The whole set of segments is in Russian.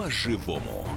по-живому.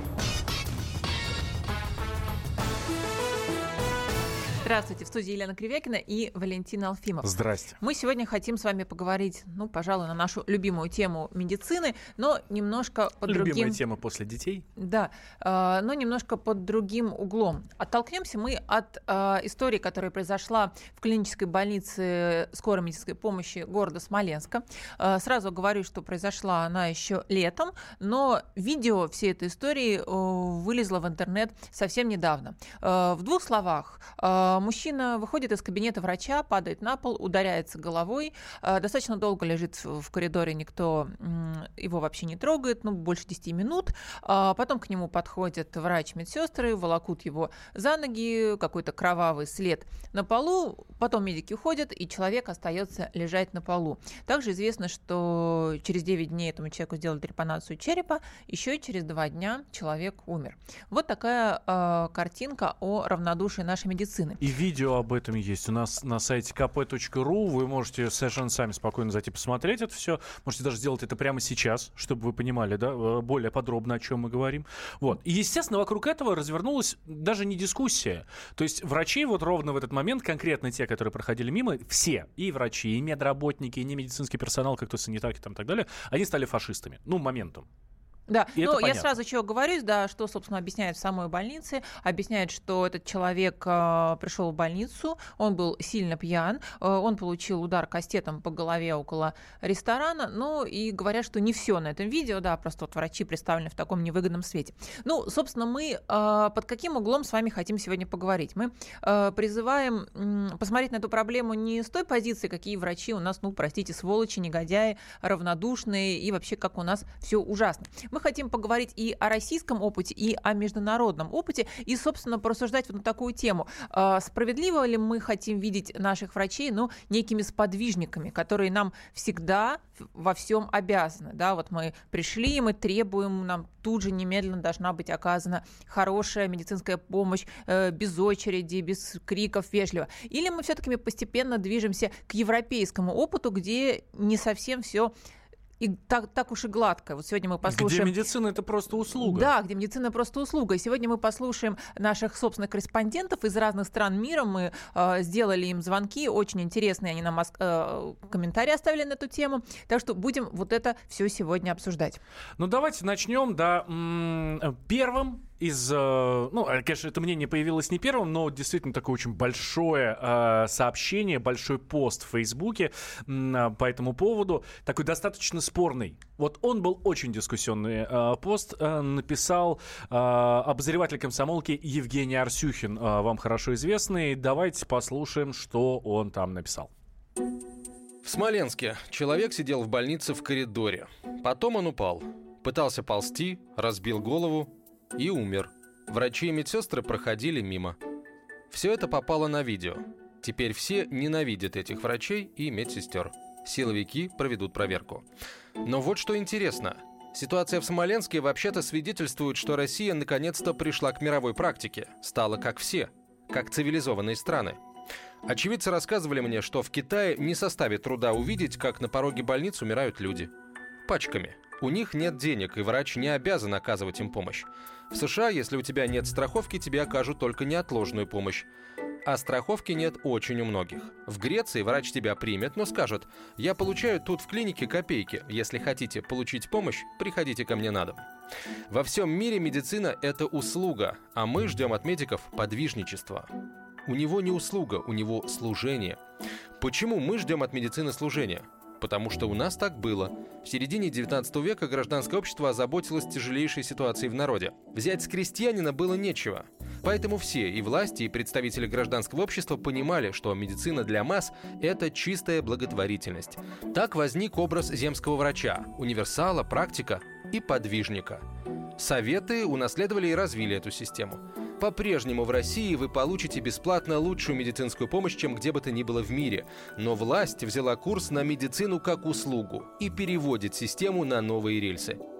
Здравствуйте, в студии Елена Кривякина и Валентин Алфимов. Здрасте. Мы сегодня хотим с вами поговорить, пожалуй, на нашу любимую тему медицины, но немножко под другим... Любимая тема после детей? Да, но немножко под другим углом. Оттолкнемся мы от истории, которая произошла в клинической больнице скорой медицинской помощи города Смоленска. Сразу говорю, что произошла она еще летом, но видео всей этой истории вылезло в интернет совсем недавно. В двух словах. Мужчина выходит из кабинета врача, падает на пол, ударяется головой, достаточно долго лежит в коридоре, никто его вообще не трогает, больше 10 минут. Потом к нему подходят врач-медсестры, волокут его за ноги, какой-то кровавый след на полу, потом медики уходят, и человек остается лежать на полу. Также известно, что через 9 дней этому человеку сделали трепанацию черепа, еще и через 2 дня человек умер. Вот такая картинка о равнодушии нашей медицины. И видео об этом есть у нас на сайте kp.ru. Вы можете совершенно сами спокойно зайти посмотреть это все. Можете даже сделать это прямо сейчас, чтобы вы понимали, да, более подробно, о чем мы говорим. Вот. И, естественно, вокруг этого развернулась даже не дискуссия. То есть врачи вот ровно в этот момент, конкретно те, которые проходили мимо, все, и врачи, и медработники, и немедицинский персонал, как то санитарки там, и так далее, они стали фашистами. Моментом. Да, я сразу чего говорю, что, собственно, объясняют в самой больнице. Объясняют, что этот человек пришел в больницу, он был сильно пьян, он получил удар кастетом по голове около ресторана, и говорят, что не все на этом видео, просто вот врачи представлены в таком невыгодном свете. Собственно, мы под каким углом с вами хотим сегодня поговорить? Мы призываем посмотреть на эту проблему не с той позиции, какие врачи у нас, сволочи, негодяи, равнодушные, и вообще, как у нас все ужасно. Мы хотим поговорить и о российском опыте, и о международном опыте, и, собственно, порассуждать вот на такую тему. Справедливо ли мы хотим видеть наших врачей, некими сподвижниками, которые нам всегда во всем обязаны? Да, вот мы пришли, мы требуем, нам тут же немедленно должна быть оказана хорошая медицинская помощь, без очереди, без криков, вежливо. Или мы все-таки постепенно движемся к европейскому опыту, где не совсем все и так уж и гладко. Вот сегодня мы послушаем... Где медицина — это просто услуга. Да, где медицина просто услуга. И сегодня мы послушаем наших собственных корреспондентов из разных стран мира. Мы сделали им звонки, очень интересные, они нам комментарии оставили на эту тему. Так что будем вот это все сегодня обсуждать. Давайте начнем, первым из... конечно, это мнение появилось не первым, но действительно такое очень большое сообщение, большой пост в Фейсбуке по этому поводу, такой достаточно спорный. Вот он был очень дискуссионный пост, написал обозреватель комсомолки Евгений Арсюхин, вам хорошо известный. Давайте послушаем, что он там написал. В Смоленске человек сидел в больнице в коридоре. Потом он упал, пытался ползти, разбил голову и умер. Врачи и медсестры проходили мимо. Все это попало на видео. Теперь все ненавидят этих врачей и медсестер. Силовики проведут проверку. Но вот что интересно. Ситуация в Смоленске вообще-то свидетельствует, что Россия наконец-то пришла к мировой практике. Стала как все, как цивилизованные страны. Очевидцы рассказывали мне, что в Китае не составит труда увидеть, как на пороге больниц умирают люди. Пачками. У них нет денег, и врач не обязан оказывать им помощь. В США, если у тебя нет страховки, тебе окажут только неотложную помощь. А страховки нет очень у многих. В Греции врач тебя примет, но скажет: «Я получаю тут в клинике копейки. Если хотите получить помощь, приходите ко мне на дом». Во всем мире медицина – это услуга, а мы ждем от медиков подвижничества. У него не услуга, у него служение. Почему мы ждем от медицины служения? Потому что у нас так было. В середине 19 века гражданское общество озаботилось тяжелейшей ситуацией в народе. Взять с крестьянина было нечего. Поэтому все, и власти, и представители гражданского общества понимали, что медицина для масс – это чистая благотворительность. Так возник образ земского врача, универсала, практика и подвижника. Советы унаследовали и развили эту систему. По-прежнему в России вы получите бесплатно лучшую медицинскую помощь, чем где бы то ни было в мире. Но власть взяла курс на медицину как услугу и переводит систему на новые рельсы.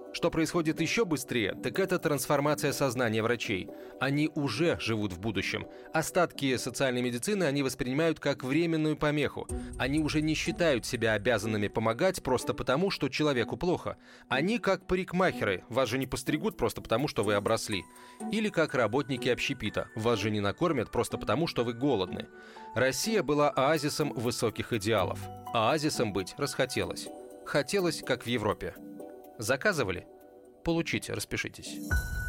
Что происходит еще быстрее, так это трансформация сознания врачей. Они уже живут в будущем. Остатки социальной медицины они воспринимают как временную помеху. Они уже не считают себя обязанными помогать просто потому, что человеку плохо. Они как парикмахеры. Вас же не постригут просто потому, что вы обросли. Или как работники общепита. Вас же не накормят просто потому, что вы голодны. Россия была оазисом высоких идеалов. Оазисом быть расхотелось. Хотелось, как в Европе. Заказывали? Получите, распишитесь.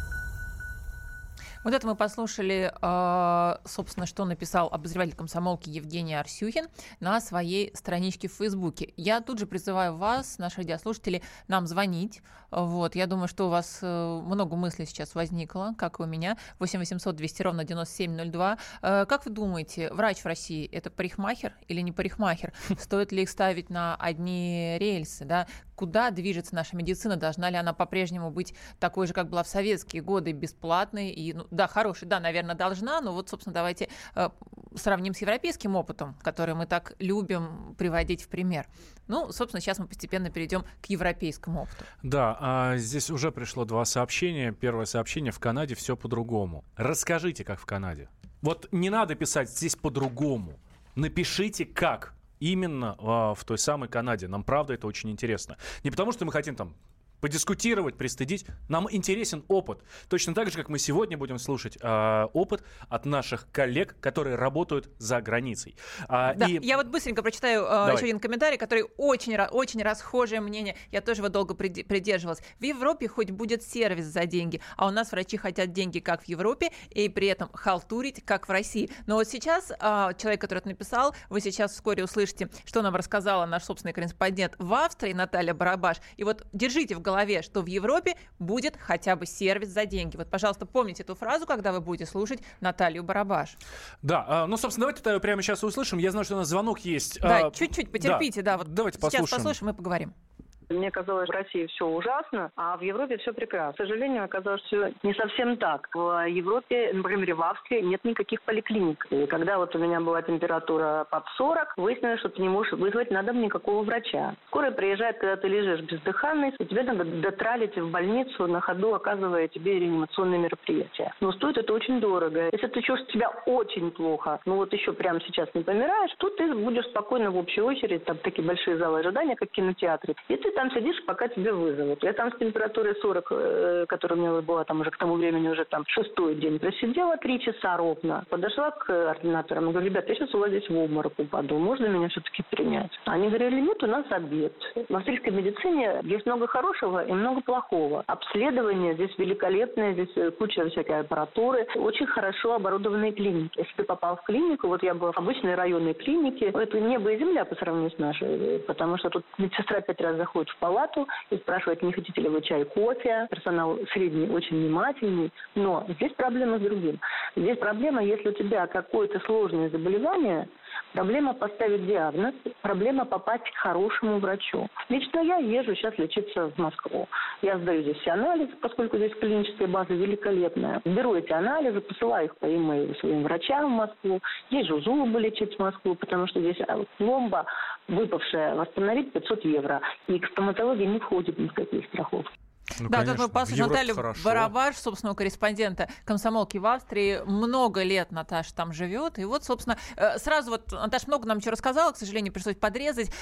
Вот это мы послушали, собственно, что написал обозреватель комсомолки Евгений Арсюхин на своей страничке в Фейсбуке. Я тут же призываю вас, наши радиослушатели, нам звонить. Вот, я думаю, что у вас много мыслей сейчас возникло, как и у меня. 8 800 200 ровно 9702. Как вы думаете, врач в России – это парикмахер или не парикмахер? Стоит ли их ставить на одни рельсы? Да? Куда движется наша медицина? Должна ли она по-прежнему быть такой же, как была в советские годы, бесплатной? И, да, хорошей, да, наверное, должна, но вот, собственно, давайте сравним с европейским опытом, который мы так любим приводить в пример. Ну, собственно, сейчас мы постепенно перейдем к европейскому опыту. Да, здесь уже пришло 2 сообщения. Первое сообщение: в Канаде все по-другому. Расскажите, как в Канаде. Вот не надо писать «здесь по-другому». Напишите, как именно в той самой Канаде. Нам, правда, это очень интересно. Не потому, что мы хотим там подискутировать, пристыдить. Нам интересен опыт. Точно так же, как мы сегодня будем слушать опыт от наших коллег, которые работают за границей. Да, я вот быстренько прочитаю еще один комментарий, который очень расхожее мнение. Я тоже его долго придерживалась. В Европе хоть будет сервис за деньги, а у нас врачи хотят деньги, как в Европе, и при этом халтурить, как в России. Но вот сейчас человек, который это написал, вы сейчас вскоре услышите, что нам рассказала наш собственный корреспондент в Австрии Наталья Барабаш. И вот держите в голове, что в Европе будет хотя бы сервис за деньги. Вот, пожалуйста, помните эту фразу, когда вы будете слушать Наталью Барабаш. Да, ну, собственно, давайте прямо сейчас услышим. Я знаю, что у нас звонок есть. Да, чуть-чуть потерпите, да. Вот давайте сейчас послушаем и поговорим. Мне казалось, в России все ужасно, а в Европе все прекрасно. К сожалению, оказалось, все не совсем так. В Европе, например, в Австрии нет никаких поликлиник. И когда вот у меня была температура под 40, выяснилось, что ты не можешь вызвать на дом никакого врача. Скорая приезжает, когда ты лежишь бездыханный, и тебе надо дотралить в больницу, на ходу оказывая тебе реанимационные мероприятия. Но стоит это очень дорого. Если ты чувствуешь себя очень плохо, ну вот еще прямо сейчас не помираешь, то ты будешь спокойно в общей очереди, там такие большие залы ожидания, как в кинотеатре, и ты там сидишь, пока тебя вызовут. Я там с температурой 40, которая у меня была там уже к тому времени уже там 6-й день, просидела 3 часа ровно. Подошла к ординаторам и говорю: ребята, я сейчас у вас здесь в обморок упаду, можно меня все-таки принять? Они говорили: нет, у нас обед. В австрийской медицине есть много хорошего и много плохого. Обследование здесь великолепное, здесь куча всякой аппаратуры, очень хорошо оборудованные клиники. Если ты попал в клинику, вот я была в обычной районной клинике, это небо и земля по сравнению с нашей, потому что тут медсестра 5 раз заходит в палату и спрашивает, не хотите ли вы чай, кофе. Персонал средний, очень внимательный. Но здесь проблема с другим. Здесь проблема, если у тебя какое-то сложное заболевание, проблема поставить диагноз, проблема попасть к хорошему врачу. Лично я езжу сейчас лечиться в Москву. Я сдаю здесь все анализы, поскольку здесь клиническая база великолепная. Беру эти анализы, посылаю их по e-mail своим врачам в Москву. Езжу зубы лечить в Москву, потому что здесь пломба выпавшая, восстановить 500 евро. И к стоматологии не входит ни в какие страховки. Ну, да, конечно, тут мы послушаем Наталью Барабаш, собственного корреспондента комсомолки в Австрии. Много лет Наташа там живет. И вот, собственно, сразу вот Наташа много нам чего рассказала, к сожалению, пришлось подрезать.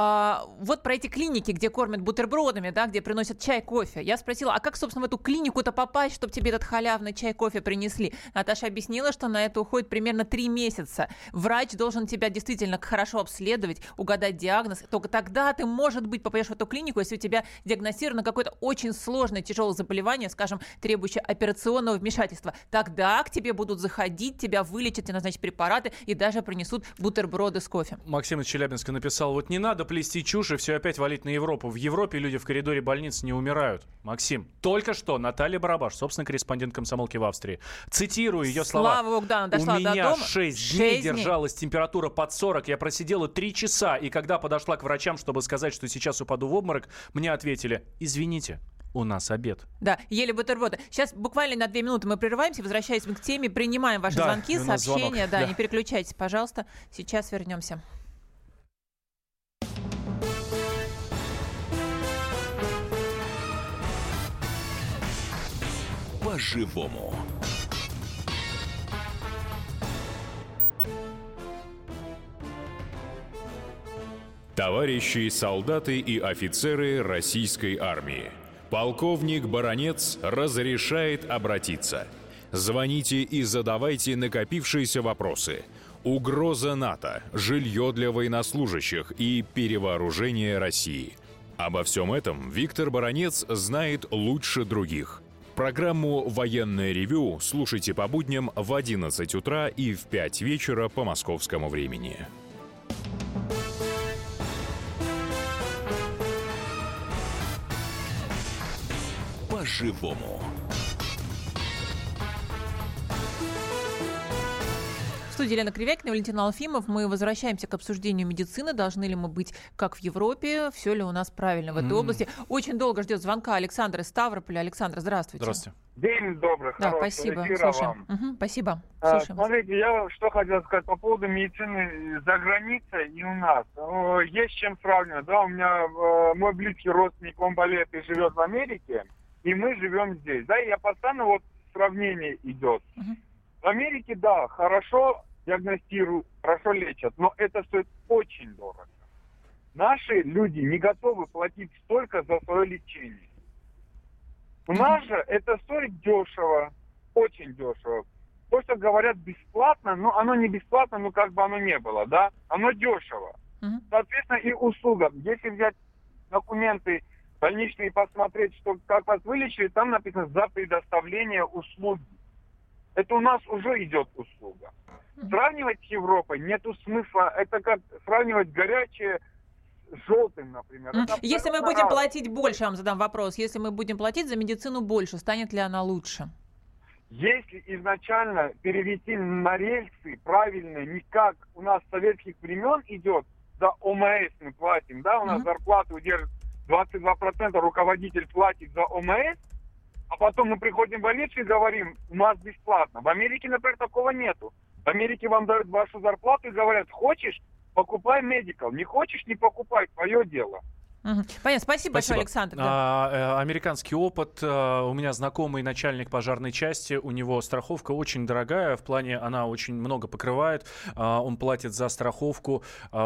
Вот про эти клиники, где кормят бутербродами, да, где приносят чай, кофе. Я спросила, а как, собственно, в эту клинику-то попасть, чтобы тебе этот халявный чай, кофе принесли? Наташа объяснила, что на это уходит примерно 3 месяца. Врач должен тебя действительно хорошо обследовать, угадать диагноз. Только тогда ты, может быть, попадешь в эту клинику, если у тебя диагностировано какое-то очень сложное, тяжелое заболевание, скажем, требующее операционного вмешательства. Тогда к тебе будут заходить, тебя вылечат, назначат препараты и даже принесут бутерброды с кофе. Максим из Челябинска написал: вот не надо плести чушь и все опять валить на Европу. В Европе люди в коридоре больниц не умирают. Максим, только что Наталья Барабаш, собственно, корреспондент комсомолки в Австрии. Цитирую ее слова. Слава Богу, да, она дошла до дома. У меня 6 дней 6 дней держалась температура под 40. Я просидела 3 часа. И когда подошла к врачам, чтобы сказать, что сейчас упаду в обморок, мне ответили: извините, у нас обед. Да, ели бутерброды. Сейчас буквально на 2 минуты мы прерываемся, возвращаемся к теме, принимаем ваши звонки, сообщения. Да, не переключайтесь, пожалуйста. Сейчас вернемся. по-живому. Товарищи солдаты и офицеры российской армии, полковник Баранец разрешает обратиться. Звоните и задавайте накопившиеся вопросы. Угроза НАТО, жилье для военнослужащих и перевооружение России. Обо всем этом Виктор Баранец знает лучше других. Программу «Военное ревю» слушайте по будням в 11 утра и в 5 вечера по московскому времени. По-живому. В студии Елена Кривякина, Валентин Алфимов. Мы возвращаемся к обсуждению медицины. Должны ли мы быть как в Европе? Все ли у нас правильно в этой области? Очень долго ждет звонка Александр из Ставрополя. Александр, здравствуйте. Здравствуйте. День добрый, Да, хорошего спасибо. эфира Слушаем. вам. Угу, спасибо. Слушаем. Смотрите, я что хотел сказать по поводу медицины за границей и у нас. Есть с чем сравнивать. Да, у меня мой близкий родственник, он болеет и живет в Америке, и мы живем здесь. Да, и я постоянно сравнение идет. В Америке, да, хорошо диагностируют, хорошо лечат, но это стоит очень дорого. Наши люди не готовы платить столько за свое лечение. У нас же это стоит дешево, очень дешево. То, что говорят бесплатно, но оно не бесплатно, но как бы оно не было, да? Оно дешево. Соответственно, и услуга. Если взять документы больничные и посмотреть, как вас вылечили, там написано «за предоставление услуги». Это у нас уже идет услуга. Сравнивать с Европой нету смысла. Это как сравнивать горячее с желтым, например. Если мы будем платить больше, я вам задам вопрос, если мы будем платить за медицину больше, станет ли она лучше? Если изначально перевести на рельсы правильно, не как у нас с советских времен идет, за ОМС мы платим, да, у нас зарплату удержит 22%, руководитель платит за ОМС, а потом мы приходим в больницу и говорим, у нас бесплатно. В Америке, например, такого нету. В Америке вам дают вашу зарплату и говорят, хочешь, покупай медикал, не хочешь, не покупай, твое дело. Понятно. Спасибо большое, Александр. Да. Американский опыт. У меня знакомый начальник пожарной части. У него страховка очень дорогая. В плане она очень много покрывает. Он платит за страховку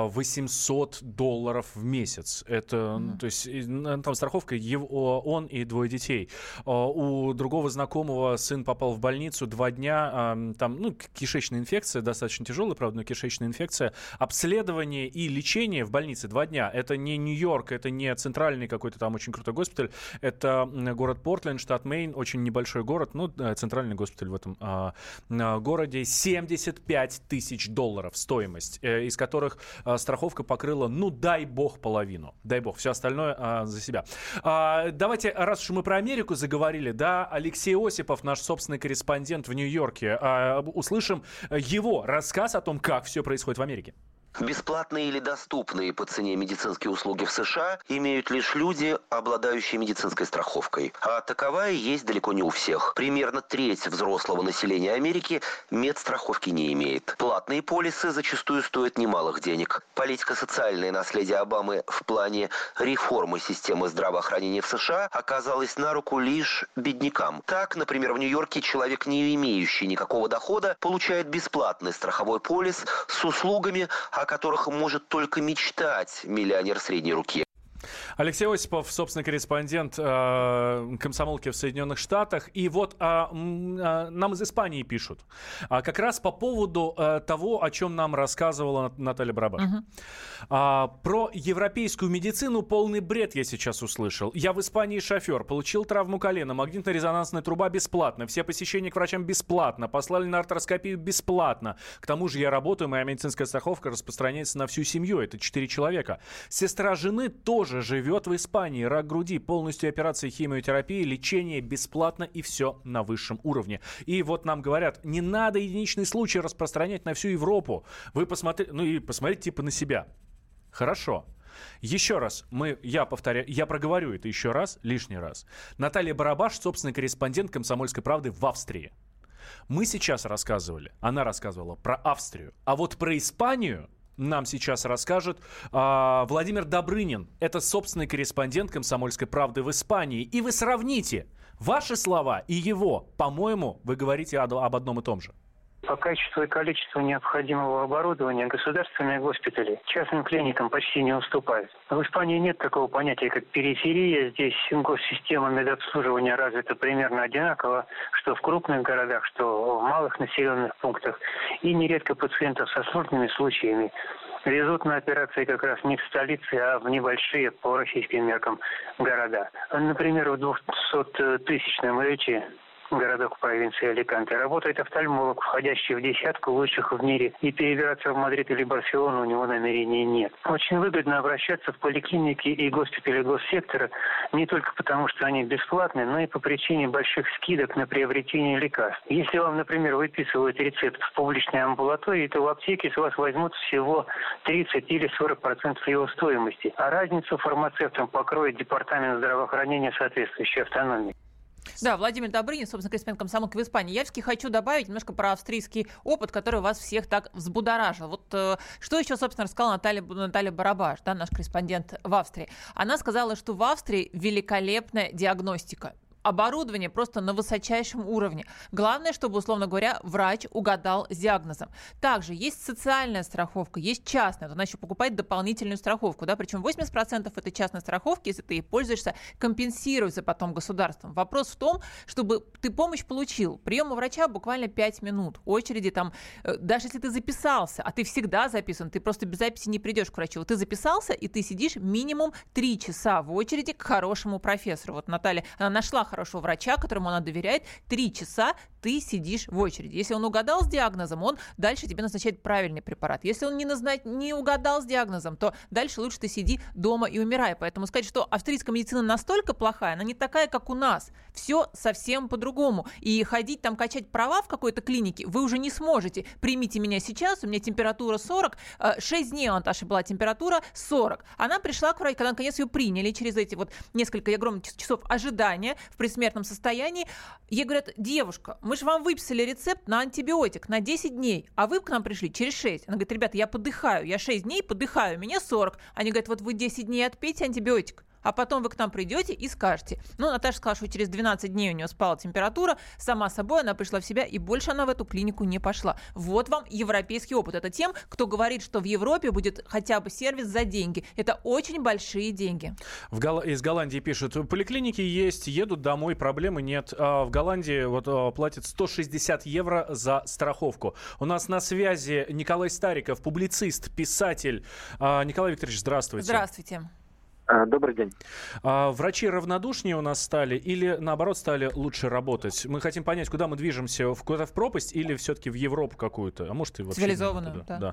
$800 в месяц. Это, то есть, там страховка он и 2 детей. У другого знакомого сын попал в больницу 2 дня. Там, кишечная инфекция, достаточно тяжелая, правда, но кишечная инфекция. Обследование и лечение в больнице 2 дня. Это не Нью-Йорк, это не центральный какой-то там очень крутой госпиталь. Это город Портленд, штат Мэйн, очень небольшой город, центральный госпиталь в этом городе. $75 тысяч стоимость, из которых страховка покрыла, дай бог, половину. Дай бог, все остальное за себя. Давайте, раз уж мы про Америку заговорили, да, Алексей Осипов, наш собственный корреспондент в Нью-Йорке, услышим его рассказ о том, как все происходит в Америке. Бесплатные или доступные по цене медицинские услуги в США имеют лишь люди, обладающие медицинской страховкой. А таковая есть далеко не у всех. Примерно треть взрослого населения Америки медстраховки не имеет. Платные полисы зачастую стоят немалых денег. Политико-социальное наследие Обамы в плане реформы системы здравоохранения в США оказалось на руку лишь беднякам. Так, например, в Нью-Йорке человек, не имеющий никакого дохода, получает бесплатный страховой полис с услугами, о которых может только мечтать миллионер средней руки. Алексей Осипов, собственно, корреспондент комсомолки в Соединенных Штатах. И нам из Испании пишут. Как раз по поводу того, о чем нам рассказывала Наталья Барабаш. Про европейскую медицину полный бред я сейчас услышал. Я в Испании шофер, получил травму колена, магнитно-резонансная труба бесплатно, все посещения к врачам бесплатно, послали на артроскопию бесплатно. К тому же я работаю, моя медицинская страховка распространяется на всю семью, это 4 человека. Сестра жены тоже живет в Испании, рак груди, полностью операции химиотерапии, лечение бесплатно и все на высшем уровне. И нам говорят, не надо единичный случай распространять на всю Европу. Вы посмотрите на себя. Хорошо. Еще раз, я повторяю, я проговорю это еще раз, лишний раз. Наталья Барабаш, собственный корреспондент «Комсомольской правды» в Австрии. Мы сейчас она рассказывала про Австрию, а вот про Испанию нам сейчас расскажет Владимир Добрынин. Это собственный корреспондент «Комсомольской правды» в Испании. И вы сравните Ваши слова и его, по-моему, вы говорите об одном и том же. По качеству и количеству необходимого оборудования государственные госпитали частным клиникам почти не уступают. В Испании нет такого понятия, как периферия. Здесь госсистема медобслуживания развита примерно одинаково, что в крупных городах, что в малых населенных пунктах. И нередко пациентов со сложными случаями везут на операции как раз не в столице, а в небольшие, по российским меркам, города. Например, в 200-тысячном Эльче, городок в провинции Аликанте, работает офтальмолог, входящий в десятку лучших в мире, и перебираться в Мадрид или Барселону у него намерений нет. Очень выгодно обращаться в поликлиники и госпитали госсектора не только потому, что они бесплатны, но и по причине больших скидок на приобретение лекарств. Если вам, например, выписывают рецепт в публичной амбулатории, то в аптеке с вас возьмут всего 30 или 40% его стоимости, а разницу фармацевтам покроет департамент здравоохранения соответствующей автономии. Да, Владимир Добрынин, собственно, корреспондент «Комсомолки» в Испании. Я все-таки хочу добавить немножко про австрийский опыт, который вас всех так взбудоражил. Вот что еще, собственно, рассказала Наталья Барабаш, да, наш корреспондент в Австрии. Она сказала, что в Австрии великолепная диагностика. Оборудование просто на высочайшем уровне. Главное, чтобы, условно говоря, врач угадал с диагнозом. Также есть социальная страховка, есть частная. Вот она еще покупает дополнительную страховку, да, причем 80% этой частной страховки, если ты ей пользуешься, компенсируется потом государством. Вопрос в том, чтобы ты помощь получил. Прием у врача буквально 5 минут. Очереди там, даже если ты записался, а ты всегда записан, ты просто без записи не придешь к врачу. Ты записался, и ты сидишь минимум 3 часа в очереди к хорошему профессору. Вот Наталья, она нашла хорошего врача, которому она доверяет, 3 часа ты сидишь в очереди. Если он угадал с диагнозом, он дальше тебе назначает правильный препарат. Если он не угадал с диагнозом, то дальше лучше ты сиди дома и умирай. Поэтому сказать, что австрийская медицина настолько плохая, она не такая, как у нас. Все совсем по-другому. И ходить там качать права в какой-то клинике вы уже не сможете. Примите меня сейчас, у меня температура 40. 6 дней у Наташи была температура 40. Она пришла к врачу, когда наконец ее приняли через эти вот несколько огромных часов ожидания в предсмертном состоянии. Ей говорят: девушка, мы же вам выписали рецепт на антибиотик на 10 дней, а вы к нам пришли через 6. Она говорит: ребята, я подыхаю, я 6 дней подыхаю, мне 40. Они говорят: вот вы 10 дней отпейте антибиотик, а потом вы к нам придете и скажете. Ну, Наташа сказала, что через 12 дней у нее спала температура, сама собой она пришла в себя, и больше она в эту клинику не пошла. Вот вам европейский опыт. Это тем, кто говорит, что в Европе будет хотя бы сервис за деньги. Это очень большие деньги. Из Голландии пишут: поликлиники есть, едут домой, проблемы нет. В Голландии вот платят 160 евро за страховку. У нас на связи Николай Стариков, публицист, писатель. Николай Викторович, здравствуйте. Здравствуйте. Добрый день. Врачи равнодушнее у нас стали или, наоборот, стали лучше работать? Мы хотим понять, куда мы движемся, куда в пропасть или все-таки в Европу какую-то? А может, и вообще... Цивилизованную, да.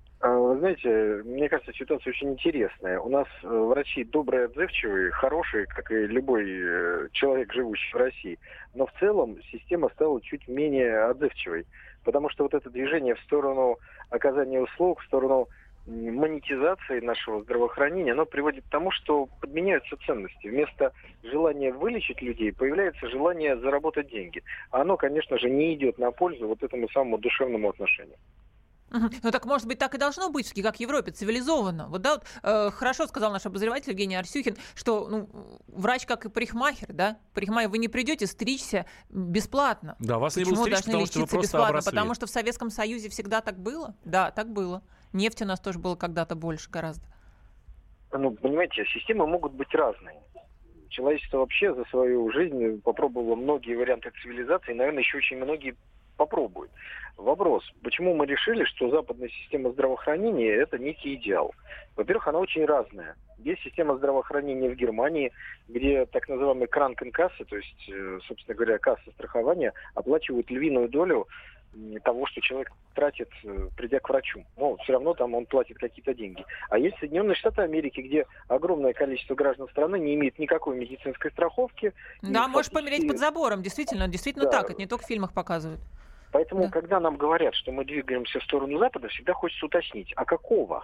Вы знаете, мне кажется, ситуация очень интересная. У нас врачи добрые, отзывчивые, хорошие, как и любой человек, живущий в России. Но в целом система стала чуть менее отзывчивой. Потому что вот это движение в сторону оказания услуг, в сторону монетизации нашего здравоохранения, оно приводит к тому, что подменяются ценности. Вместо желания вылечить людей появляется желание заработать деньги. А оно, конечно же, не идет на пользу вот этому самому душевному отношению. Ну так, может быть, так и должно быть, как в Европе, цивилизованно. Вот, да, вот, хорошо сказал наш обозреватель Евгений Арсюхин, что врач как и парикмахер, да? Парикмахер, вы не придете стричься бесплатно. Да, вас Почему не будут стричь, потому что вы просто обросли. Потому что в Советском Союзе всегда так было? Да, так было. Нефти у нас тоже было когда-то больше гораздо. Понимаете, системы могут быть разные. Человечество вообще за свою жизнь попробовало многие варианты цивилизации, и, наверное, еще очень многие попробуют. Вопрос, почему мы решили, что западная система здравоохранения – это некий идеал? Во-первых, она очень разная. Есть система здравоохранения в Германии, где так называемые кранкенкассы, то есть, собственно говоря, касса страхования, оплачивают львиную долю того, что человек тратит, придя к врачу. Но все равно там он платит какие-то деньги. А есть Соединенные Штаты Америки, где огромное количество граждан страны не имеет никакой медицинской страховки. Да, можешь помереть под забором. Действительно да. Так. Это не только в фильмах показывают. Поэтому, когда нам говорят, что мы двигаемся в сторону Запада, всегда хочется уточнить, а какого?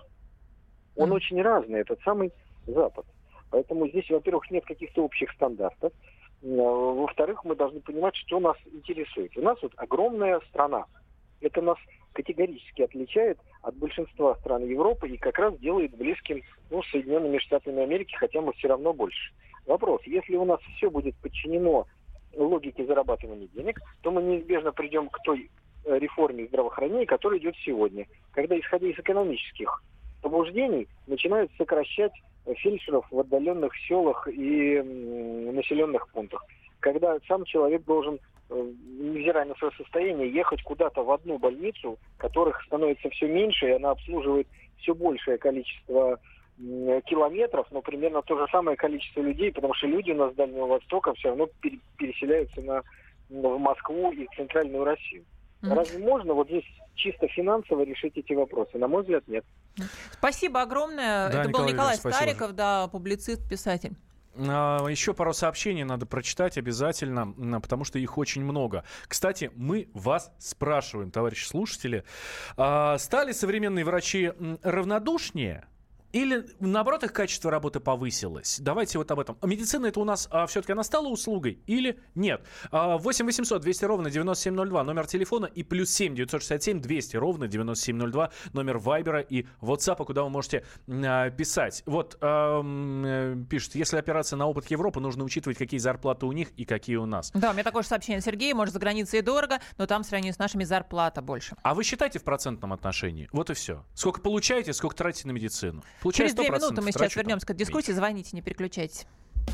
Он очень разный, этот самый Запад. Поэтому здесь, во-первых, нет каких-то общих стандартов. Во-вторых, мы должны понимать, что нас интересует. У нас вот огромная страна. Это нас категорически отличает от большинства стран Европы и как раз делает близким Соединенными Штатами Америки, хотя мы все равно больше. Вопрос, если у нас все будет подчинено логике зарабатывания денег, то мы неизбежно придем к той реформе здравоохранения, которая идет сегодня. Когда, исходя из экономических побуждений, начинают сокращать фельдшеров в отдаленных селах и населенных пунктах. Когда сам человек должен, невзирая на свое состояние, ехать куда-то в одну больницу, которых становится все меньше, и она обслуживает все большее количество километров, но примерно то же самое количество людей, потому что люди у нас с Дальнего Востока все равно переселяются в Москву и в Центральную Россию. Разве можно вот здесь чисто финансово решить эти вопросы? На мой взгляд, нет. Спасибо огромное. Да, это был Николай спасибо. Стариков, да, публицист, писатель. Еще пару сообщений надо прочитать обязательно, потому что их очень много. Кстати, мы вас спрашиваем, товарищи слушатели, стали современные врачи равнодушнее? Или, наоборот, их качество работы повысилось? Давайте вот об этом. Медицина это у нас все-таки она стала услугой или нет? 8 800 200 ровно 9702 номер телефона и +7 967 200 ровно 9702 номер Вайбера и WhatsApp, куда вы можете писать. Вот пишет, если опираться на опыт Европы, нужно учитывать, какие зарплаты у них и какие у нас. Да, у меня такое же сообщение. Сергей, может, за границей и дорого, но там в сравнении с нашими зарплата больше. А вы считаете в процентном отношении? Вот и все. Сколько получаете, сколько тратите на медицину? Через 2 минуты мы сейчас вернемся к дискуссии. Звоните, не переключайтесь.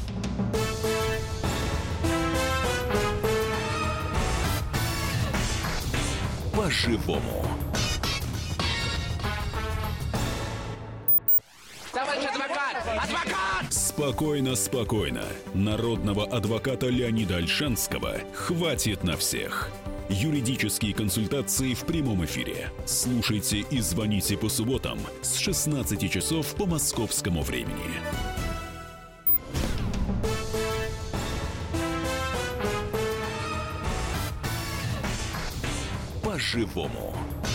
По-живому. Товарищ адвокат! Адвокат! Спокойно, спокойно. Народного адвоката Леонида Ольшанского хватит на всех. Юридические консультации в прямом эфире. Слушайте и звоните по субботам с 16 часов по московскому времени. По-живому.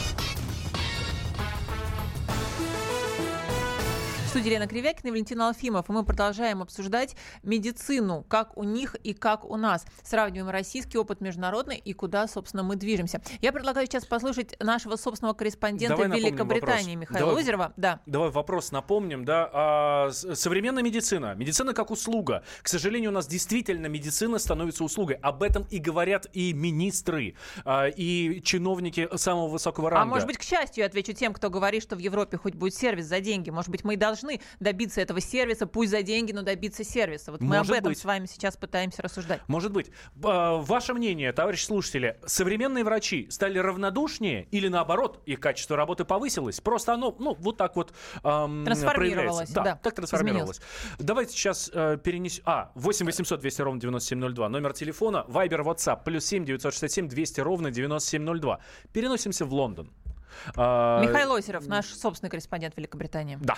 В студии Елена Кривякина и Валентин Алфимов. И мы продолжаем обсуждать медицину, как у них и как у нас. Сравниваем российский опыт, международный и куда, собственно, мы движемся. Я предлагаю сейчас послушать нашего собственного корреспондента в Великобритании Михаила Озерова. Давай вопрос напомним. Да? Современная медицина. Медицина как услуга. К сожалению, у нас действительно медицина становится услугой. Об этом и говорят и министры, и чиновники самого высокого ранга. А может быть, к счастью, я отвечу тем, кто говорит, что в Европе хоть будет сервис за деньги. Может быть, мы и должны добиться этого сервиса, пусть за деньги, но добиться сервиса. Вот мы об этом с вами сейчас пытаемся рассуждать. Может быть. Ваше мнение, товарищи слушатели, современные врачи стали равнодушнее или наоборот, их качество работы повысилось? Просто оно, вот так вот трансформировалось. Да, так трансформировалось. Давайте сейчас перенесем... 8 800 200 ровно 9702 номер телефона, Вайбер, WhatsApp, +7 967 200 ровно 9702. Переносимся в Лондон. Михаил Озеров, наш собственный корреспондент в Великобритании. Да.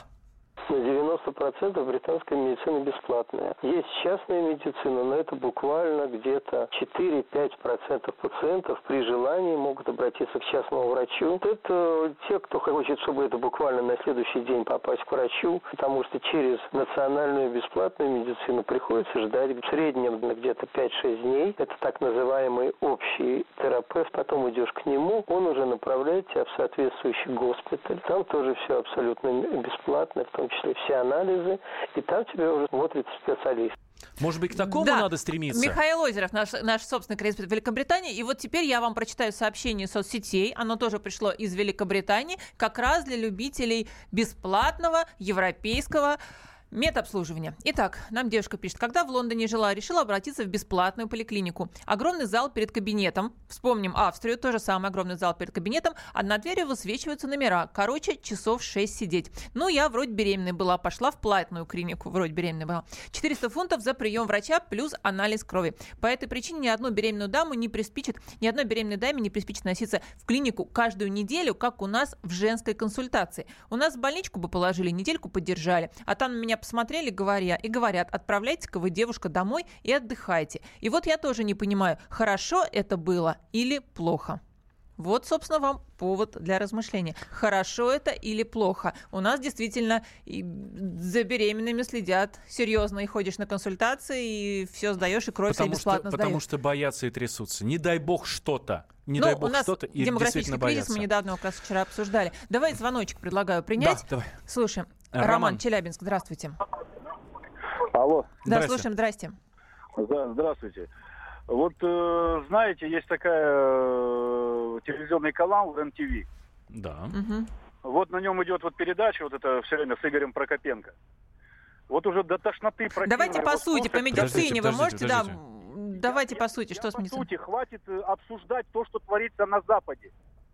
90% британской медицины бесплатная. Есть частная медицина, но это буквально где-то 4-5% пациентов при желании могут обратиться к частному врачу. Это те, кто хочет, чтобы это буквально на следующий день попасть к врачу, потому что через национальную бесплатную медицину приходится ждать в среднем где-то 5-6 дней. Это так называемый общий терапевт. Потом идешь к нему, он уже направляет тебя в соответствующий госпиталь. Там тоже все абсолютно бесплатно, в том числе все анализы, и там тебя уже смотрит специалист. Может быть, к такому надо стремиться? Михаил Озеров, наш собственный корреспондент в Великобритании. И вот теперь я вам прочитаю сообщение соцсетей. Оно тоже пришло из Великобритании, как раз для любителей бесплатного европейского медобслуживание. Итак, нам девушка пишет. Когда в Лондоне жила, решила обратиться в бесплатную поликлинику. Огромный зал перед кабинетом. Вспомним Австрию, тоже самый огромный зал перед кабинетом. А на двери высвечиваются номера. Короче, часов 6 сидеть. Я вроде беременной была. Пошла в платную клинику. Вроде беременной была. 400 фунтов за прием врача плюс анализ крови. По этой причине ни одной беременной даме не приспичит носиться в клинику каждую неделю, как у нас в женской консультации. У нас в больничку бы положили, недельку поддержали. А там на меня посмотрели, говорят, отправляйте-ка вы, девушка, домой и отдыхайте. И вот я тоже не понимаю, хорошо это было или плохо. Вот, собственно, вам повод для размышления. Хорошо это или плохо? У нас действительно за беременными следят серьезно. И ходишь на консультации, и все сдаешь, и кровь себе бесплатно сдаешь. Потому что боятся и трясутся. Не дай бог что-то. Не дай бог что-то, и демографический кризис мы недавно как раз вчера обсуждали. Давай звоночек предлагаю принять. Да, давай. Слушаем. Роман, Челябинск, здравствуйте. Алло. Да, слушаем, здрасте. Здравствуйте. Вот, знаете, есть такая телевизионный канал РЕН-ТВ. Да. Вот на нем идет вот передача, вот это все время с Игорем Прокопенко. Вот уже до тошноты противно. Давайте по сути, по медицине. Вы можете, да, давайте по сути, что с медициной? По сути, хватит обсуждать то, что творится на Западе.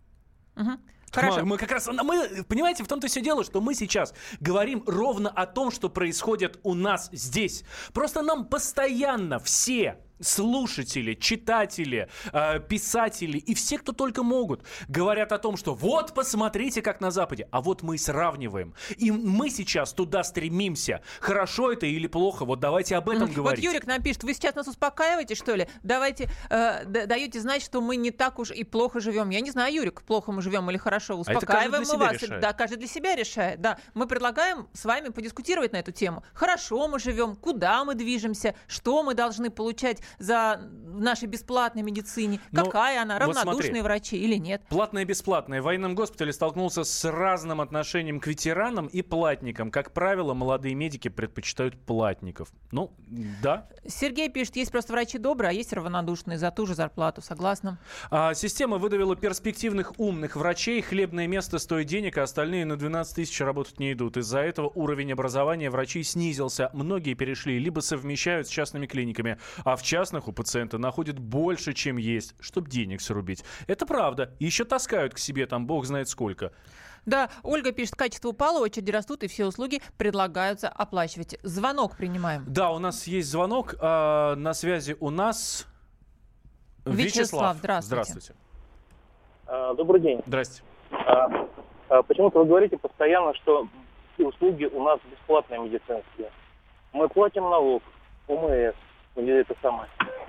Хорошо. Мы как раз, понимаете, в том-то все дело, что мы сейчас говорим ровно о том, что происходит у нас здесь. Просто нам постоянно все слушатели, читатели, писатели и все, кто только могут, говорят о том, что вот посмотрите, как на Западе, а вот мы сравниваем. И мы сейчас туда стремимся. Хорошо это или плохо, вот давайте об этом говорить. Вот Юрик нам пишет, вы сейчас нас успокаиваете, что ли? Давайте, даете знать, что мы не так уж и плохо живем. Я не знаю, Юрик, плохо мы живем или хорошо. Успокаиваем мы вас. Да, каждый для себя решает. Да, мы предлагаем с вами подискутировать на эту тему. Хорошо мы живем, куда мы движемся, что мы должны получать за нашей бесплатной медицине, какая она, равнодушные вот врачи или нет. Платная и бесплатная. В военном госпитале столкнулся с разным отношением к ветеранам и платникам. Как правило, молодые медики предпочитают платников. Ну, да. Сергей пишет, есть просто врачи добрые, а есть равнодушные за ту же зарплату. Согласна. Система выдавила перспективных умных врачей. Хлебное место стоит денег, а остальные на 12 тысяч работать не идут. Из-за этого уровень образования врачей снизился. Многие перешли, либо совмещают с частными клиниками, а в частных у пациента находят больше, чем есть, чтобы денег срубить. Это правда. Еще таскают к себе там бог знает сколько. Да, Ольга пишет, качество упало, очереди растут, и все услуги предлагаются оплачивать. Звонок принимаем. Да, у нас есть звонок. На связи у нас Вячеслав. Здравствуйте. Добрый день. Здрасте. Почему-то вы говорите постоянно, что услуги у нас бесплатные медицинские. Мы платим налог, ОМС. Это самое.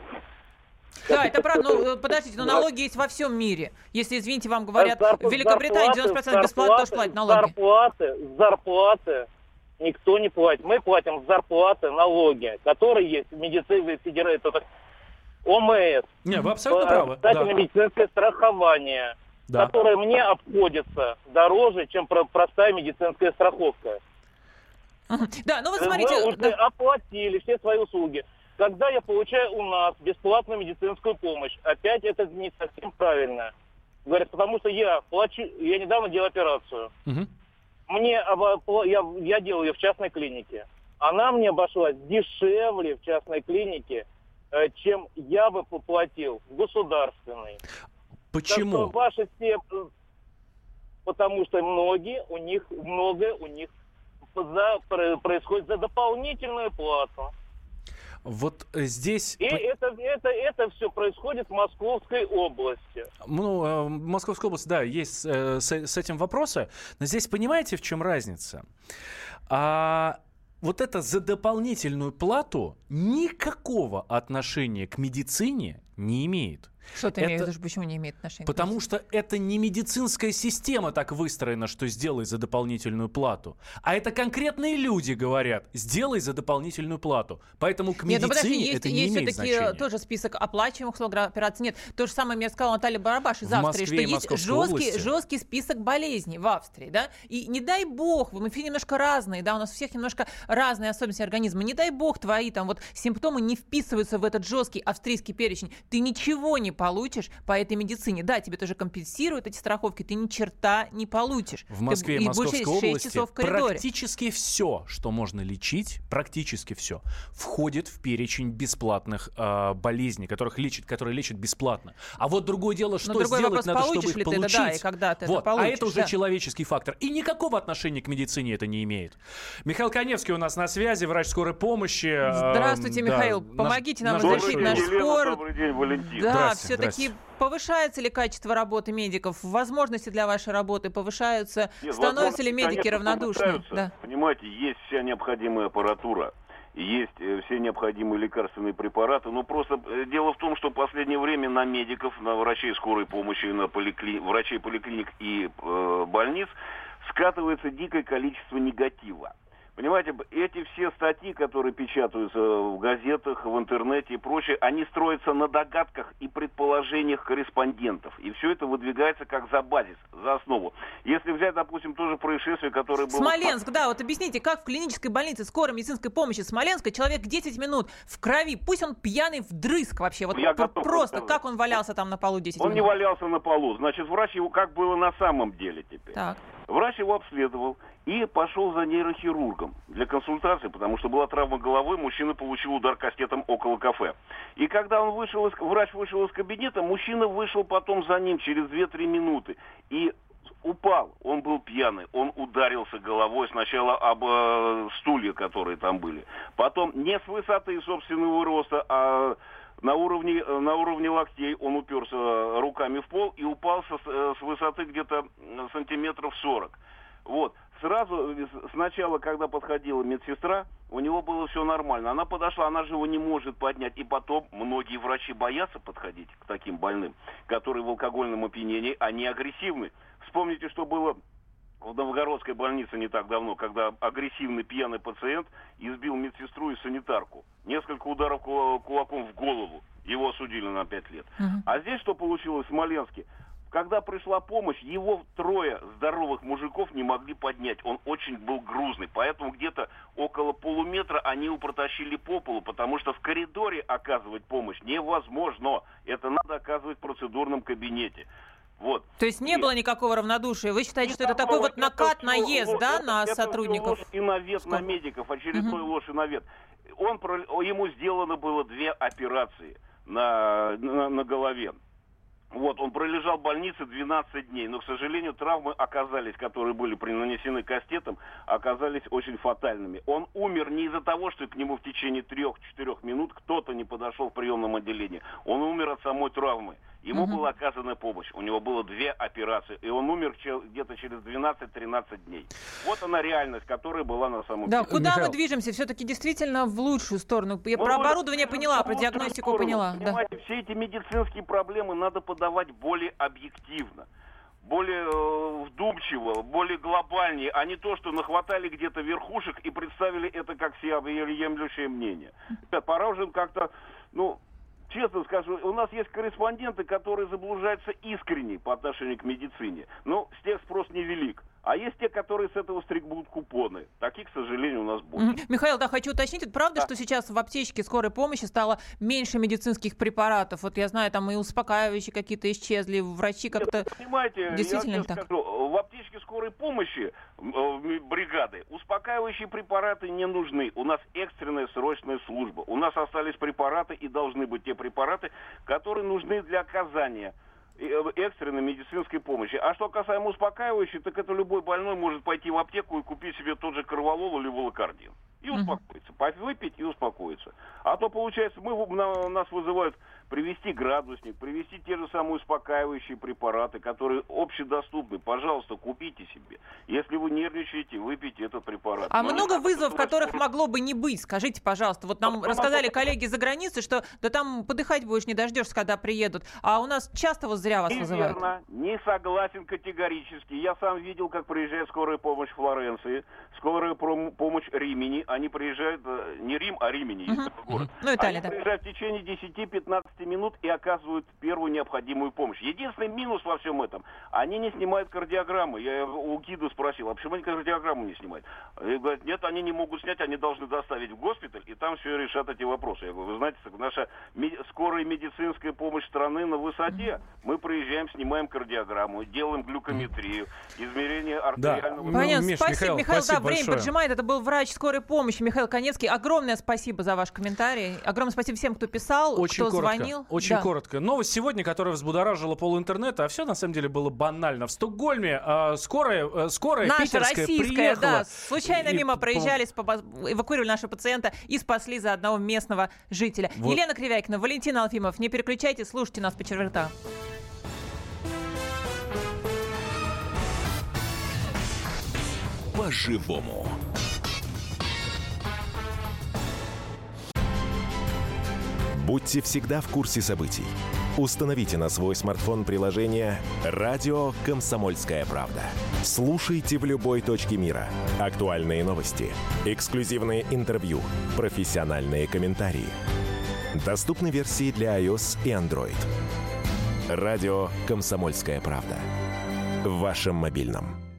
Да, это правда. Но подождите, но налоги есть во всем мире. Если, извините, вам говорят, в Великобритании 90% бесплатно тоже платят налоги. Зарплаты никто не платит. Мы платим зарплаты, налоги, которые есть в медицине, ОМС. Не, вы абсолютно правы. Обязательное медицинское страхование, которое мне обходится дороже, чем простая медицинская страховка. Да, ну вы смотрите... Мы уже оплатили все свои услуги. Когда я получаю у нас бесплатную медицинскую помощь, опять это не совсем правильно. Говорят, потому что я плачу, я недавно делал операцию. Я делал ее в частной клинике. Она мне обошлась дешевле в частной клинике, чем я бы поплатил в государственной. Почему? Потому что многое у них происходит за дополнительную плату. Вот здесь... И это все происходит в Московской области. Ну, Московская область, да, есть с этим вопросы. Но здесь понимаете, в чем разница? Вот это за дополнительную плату никакого отношения к медицине не имеет. Что ты имеешь в виду, почему не имеет отношения? Потому что это не медицинская система так выстроена, что сделай за дополнительную плату. А это конкретные люди говорят, сделай за дополнительную плату. Поэтому к медицине это не имеет значения. Есть все-таки тоже список оплачиваемых услуг операций. Нет, то же самое мне сказала Наталья Барабаш из Австрии, что есть жесткий список болезней в Австрии. Да? И не дай бог, мы все немножко разные, да, у нас у всех немножко разные особенности организма. Не дай бог твои там вот симптомы не вписываются в этот жесткий австрийский перечень. Ты ничего не получишь по этой медицине. Да, тебе тоже компенсируют эти страховки, ты ни черта не получишь. В Москве и Московской области практически все, что можно лечить, практически все, входит в перечень бесплатных болезней, которые лечат бесплатно. А вот другое дело, что сделать вопрос, надо, чтобы их получить. Да, и когда ты это получишь, а это уже человеческий фактор. И никакого отношения к медицине это не имеет. Михаил Каневский у нас на связи, врач скорой помощи. Здравствуйте, Михаил. Помогите нам разрешить наш спор. Добрый день, Валентин. Да, все-таки повышается ли качество работы медиков? Возможности для вашей работы повышаются? Становятся ли медики равнодушны? Да. Понимаете, есть вся необходимая аппаратура, есть все необходимые лекарственные препараты. Но просто дело в том, что в последнее время на медиков, на врачей скорой помощи, на врачей поликлиник и больниц скатывается дикое количество негатива. Понимаете, эти все статьи, которые печатаются в газетах, в интернете и прочее, они строятся на догадках и предположениях корреспондентов. И все это выдвигается как за базис, за основу. Если взять, допустим, тоже происшествие, которое было... Смоленск, да, вот объясните, как в клинической больнице скорой медицинской помощи Смоленска человек 10 минут в крови, пусть он пьяный вдрызг вообще, вот просто, как он валялся там на полу 10 минут? Он не валялся на полу, значит, врач его, как было на самом деле теперь. Так. Врач его обследовал и пошел за нейрохирургом для консультации, потому что была травма головы, мужчина получил удар кастетом около кафе. И когда он вышел, врач вышел из кабинета, мужчина вышел потом за ним через 2-3 минуты и упал. Он был пьяный, он ударился головой сначала об стулья, которые там были. Потом не с высоты собственного роста, а на уровне локтей он уперся руками в пол и упал с высоты где-то сантиметров 40. Вот. Сразу, сначала, когда подходила медсестра, у него было все нормально. Она подошла, она же его не может поднять. И потом многие врачи боятся подходить к таким больным, которые в алкогольном опьянении, они агрессивны. Вспомните, что было в Новгородской больнице не так давно, когда агрессивный пьяный пациент избил медсестру и санитарку. Несколько ударов кулаком в голову. Его осудили на 5 лет. А здесь что получилось в Смоленске? Когда пришла помощь, его 3 здоровых мужиков не могли поднять. Он очень был грузный. Поэтому где-то около полуметра они его протащили по полу, потому что в коридоре оказывать помощь невозможно. Это надо оказывать в процедурном кабинете. Вот. То есть не было никакого равнодушия? Вы считаете, что это такой вот накат, наезд, да, на сотрудников? Это ложь и навет на медиков, очередной ложь и навет. Ему сделано было 2 операции на голове. Вот, он пролежал в больнице 12 дней, но, к сожалению, травмы оказались, которые были нанесены кастетом, оказались очень фатальными. Он умер не из-за того, что к нему в течение 3-4 минут кто-то не подошел в приемном отделении. Он умер от самой травмы. Ему была оказана помощь. У него было 2 операции, и он умер где-то через 12-13 дней. Вот она реальность, которая была на самом деле. Да, куда мы движемся? Все-таки действительно в лучшую сторону. Я про оборудование поняла, про диагностику поняла. Понимаете, все эти медицинские проблемы надо подавать более объективно, более вдумчиво, более глобальнее, а не то, что нахватали где-то верхушек и представили это как всеобъемлющее мнение. Пора уже как-то, честно скажу, у нас есть корреспонденты, которые заблуждаются искренне по отношению к медицине. Но с тех спрос невелик. А есть те, которые с этого стригут купоны. Таких, к сожалению, у нас больше. Михаил, да, хочу уточнить, это правда, что сейчас в аптечке скорой помощи стало меньше медицинских препаратов? Вот я знаю, там и успокаивающие какие-то исчезли, врачи как-то... Понимаете, действительно я так. скажу, в аптечке скорой помощи бригады успокаивающие препараты не нужны. У нас экстренная срочная служба. У нас остались препараты и должны быть те препараты, которые нужны для оказания экстренной медицинской помощи. А что касаемо успокаивающих, так это любой больной может пойти в аптеку и купить себе тот же корвалол или волокардин. И успокоиться. Выпить и успокоиться. А то, получается, нас вызывают привезти градусник, привезти те же самые успокаивающие препараты, которые общедоступны. Пожалуйста, купите себе. Если вы нервничаете, выпейте этот препарат. А много вызовов, которых могло бы не быть? Скажите, пожалуйста. Вот нам рассказали коллеги за границей, что да там подыхать будешь, не дождешься, когда приедут. А у нас часто вот зря вас вызывают. Неверно. Не согласен категорически. Я сам видел, как приезжает скорая помощь в Флоренции, скорая помощь Римини. Они приезжают, не Рим, а Римини, есть такой город. Италия, они приезжают в течение 10-15 минут и оказывают первую необходимую помощь. Единственный минус во всем этом, они не снимают кардиограммы. Я у гида спросил, а почему они кардиограмму не снимают? И говорят, нет, они не могут снять, они должны доставить в госпиталь, и там все решат эти вопросы. Я говорю, вы знаете, наша скорая медицинская помощь страны на высоте. Мы приезжаем, снимаем кардиограмму, делаем глюкометрию, измерение артериального... Да. Понятно, спасибо, Михаил, да, время поджимает. Это был врач скорой помощи Михаил Конецкий. Огромное спасибо за ваш комментарий. Огромное спасибо всем, кто писал, кто звонил. Очень коротко. Новость сегодня, которая взбудоражила полинтернета, а все на самом деле было банально. В Стокгольме скорая наша питерская российская, приехала. Да, случайно мимо проезжали, эвакуировали нашего пациента и спасли за одного местного жителя. Вот. Елена Кривякина, Валентин Алфимов. Не переключайтесь, слушайте нас по четвертам. По-живому. Будьте всегда в курсе событий. Установите на свой смартфон приложение «Радио Комсомольская правда». Слушайте в любой точке мира. Актуальные новости, эксклюзивные интервью, профессиональные комментарии. Доступны версии для iOS и Android. «Радио Комсомольская правда». В вашем мобильном.